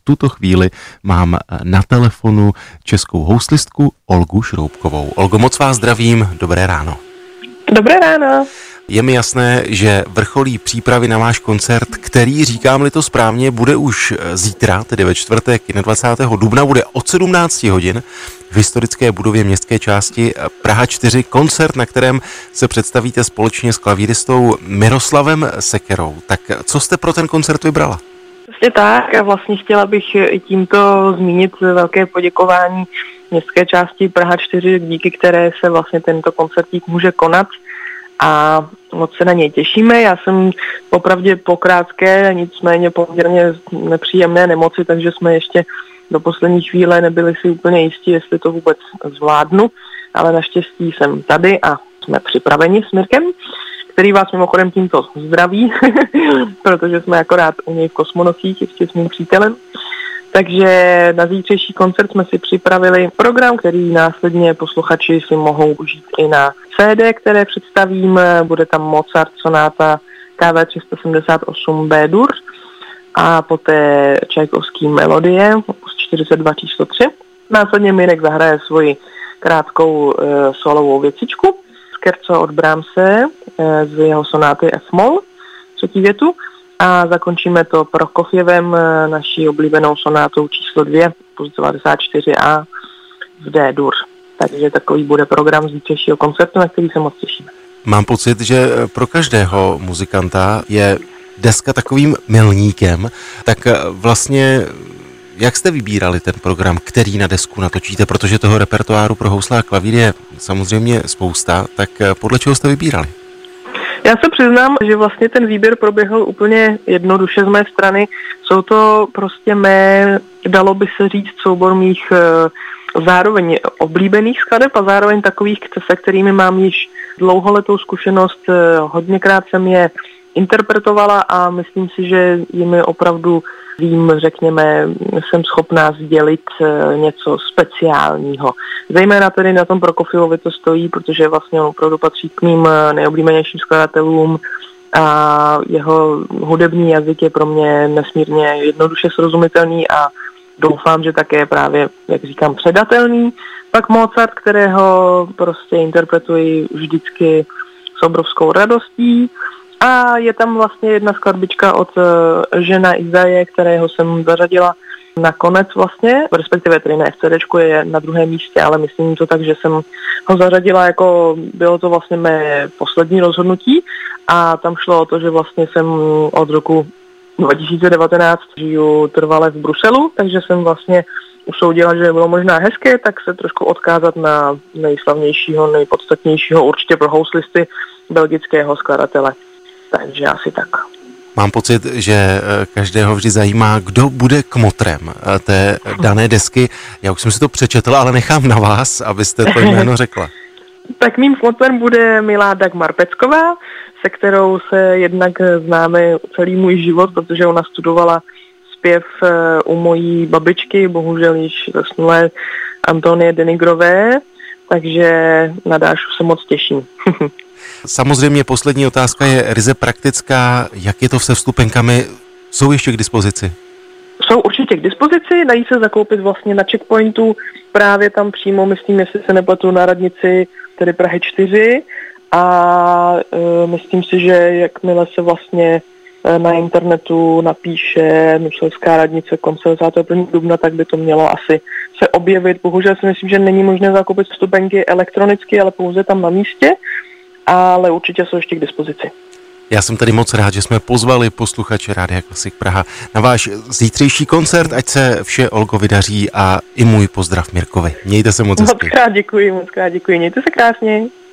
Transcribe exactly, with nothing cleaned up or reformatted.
tuto chvíli mám na telefonu českou houslistku Olgu Šroubkovou. Olgo, moc vás zdravím, dobré ráno. Dobré ráno. Je mi jasné, že vrcholí přípravy na váš koncert, který, říkám-li to správně, bude už zítra, tedy ve čtvrtek dvacátého prvního dubna, bude od sedmnácti hodin v historické budově městské části Praha čtyři, koncert, na kterém se představíte společně s klavíristou Miroslavem Sekerou. Tak co jste pro ten koncert vybrala? Vlastně tak a vlastně chtěla bych i tímto zmínit velké poděkování městské části Praha čtyři, díky které se vlastně tento koncertík může konat. A moc se na něj těšíme. Já jsem popravdě po krátké, nicméně poměrně nepříjemné nemoci, takže jsme ještě do poslední chvíle nebyli si úplně jistí, jestli to vůbec zvládnu, ale naštěstí jsem tady a jsme připraveni s Mirkem, který vás mimochodem tímto zdraví, protože jsme akorát u něj v Kosmonocích ještě s mým přítelem. Takže na zítřejší koncert jsme si připravili program, který následně posluchači si mohou užít i na C D, které představím. Bude tam Mozart sonáta K V tři sta sedmdesát osm B-dur a poté Čajkovský melodie opus čtyřicet dva číslo tři. Následně Mirek zahraje svoji krátkou e, solovou věcičku, scherzo od Brahmse e, z jeho sonáty F-moll, třetí větu. A zakončíme to Prokofjevem, naší oblíbenou sonátou číslo dvě, opus devadesát čtyři A v D-dur. Takže takový bude program zítřejšího koncertu, na který se moc těšíme. Mám pocit, že pro každého muzikanta je deska takovým milníkem. Tak vlastně, jak jste vybírali ten program, který na desku natočíte, protože toho repertoáru pro housle a klavír je samozřejmě spousta, tak podle čeho jste vybírali? Já se přiznám, že vlastně ten výběr proběhl úplně jednoduše z mé strany. Jsou to prostě mé, dalo by se říct, soubor mých zároveň oblíbených skladeb a zároveň takových, se kterými mám již dlouholetou zkušenost. Hodněkrát jsem je interpretovala a myslím si, že jimi opravdu vím, řekněme, jsem schopná sdělit něco speciálního. Zejména tedy na tom Prokofjevovi to stojí, protože vlastně on opravdu patří k mým nejoblíbenějším skladatelům a jeho hudební jazyk je pro mě nesmírně jednoduše srozumitelný a doufám, že také právě, jak říkám, předatelný. Pak Mozart, kterého prostě interpretuji vždycky s obrovskou radostí. A je tam vlastně jedna skladbička od Žena Izaje, kterého jsem zařadila nakonec vlastně, respektive tedy ne v CDčku, je na druhém místě, ale myslím to tak, že jsem ho zařadila jako, bylo to vlastně mé poslední rozhodnutí a tam šlo o to, že vlastně jsem od roku dva tisíce devatenáct žiju trvale v Bruselu, takže jsem vlastně usoudila, že bylo možná hezké, tak se trošku odkázat na nejslavnějšího, nejpodstatnějšího určitě pro houslisty belgického skladatele. Takže asi tak. Mám pocit, že každého vždy zajímá, kdo bude kmotrem té dané desky. Já už jsem si to přečetl, ale nechám na vás, abyste to jméno řekla. Tak mým kmotrem bude milá Dagmar Pecková, se kterou se jednak známe celý můj život, protože ona studovala zpěv u mojí babičky, bohužel již zesnulé Antonie Denigrové, takže na Dášu se moc těším. Samozřejmě poslední otázka je ryze praktická. Jak je to se vstupenkami? Jsou ještě k dispozici? Jsou určitě k dispozici, dají se zakoupit vlastně na checkpointu, právě tam přímo, myslím, jestli se nepletu, na radnici, tedy Prahy čtyři a e, myslím si, že jakmile se vlastně e, na internetu napíše Nuselská radnice konce dvacátého prvního dubna, tak by to mělo asi se objevit. Bohužel si myslím, že není možné zakoupit vstupenky elektronicky, ale pouze tam na místě, ale určitě jsou ještě k dispozici. Já jsem tady moc rád, že jsme pozvali posluchače Rádia Klasik Praha na váš zítřejší koncert, ať se vše, Olgo, vydaří a i můj pozdrav Mirkovi. Mějte se moc hezky. Moc krát děkuji, moc krát děkuji. Mějte se krásně.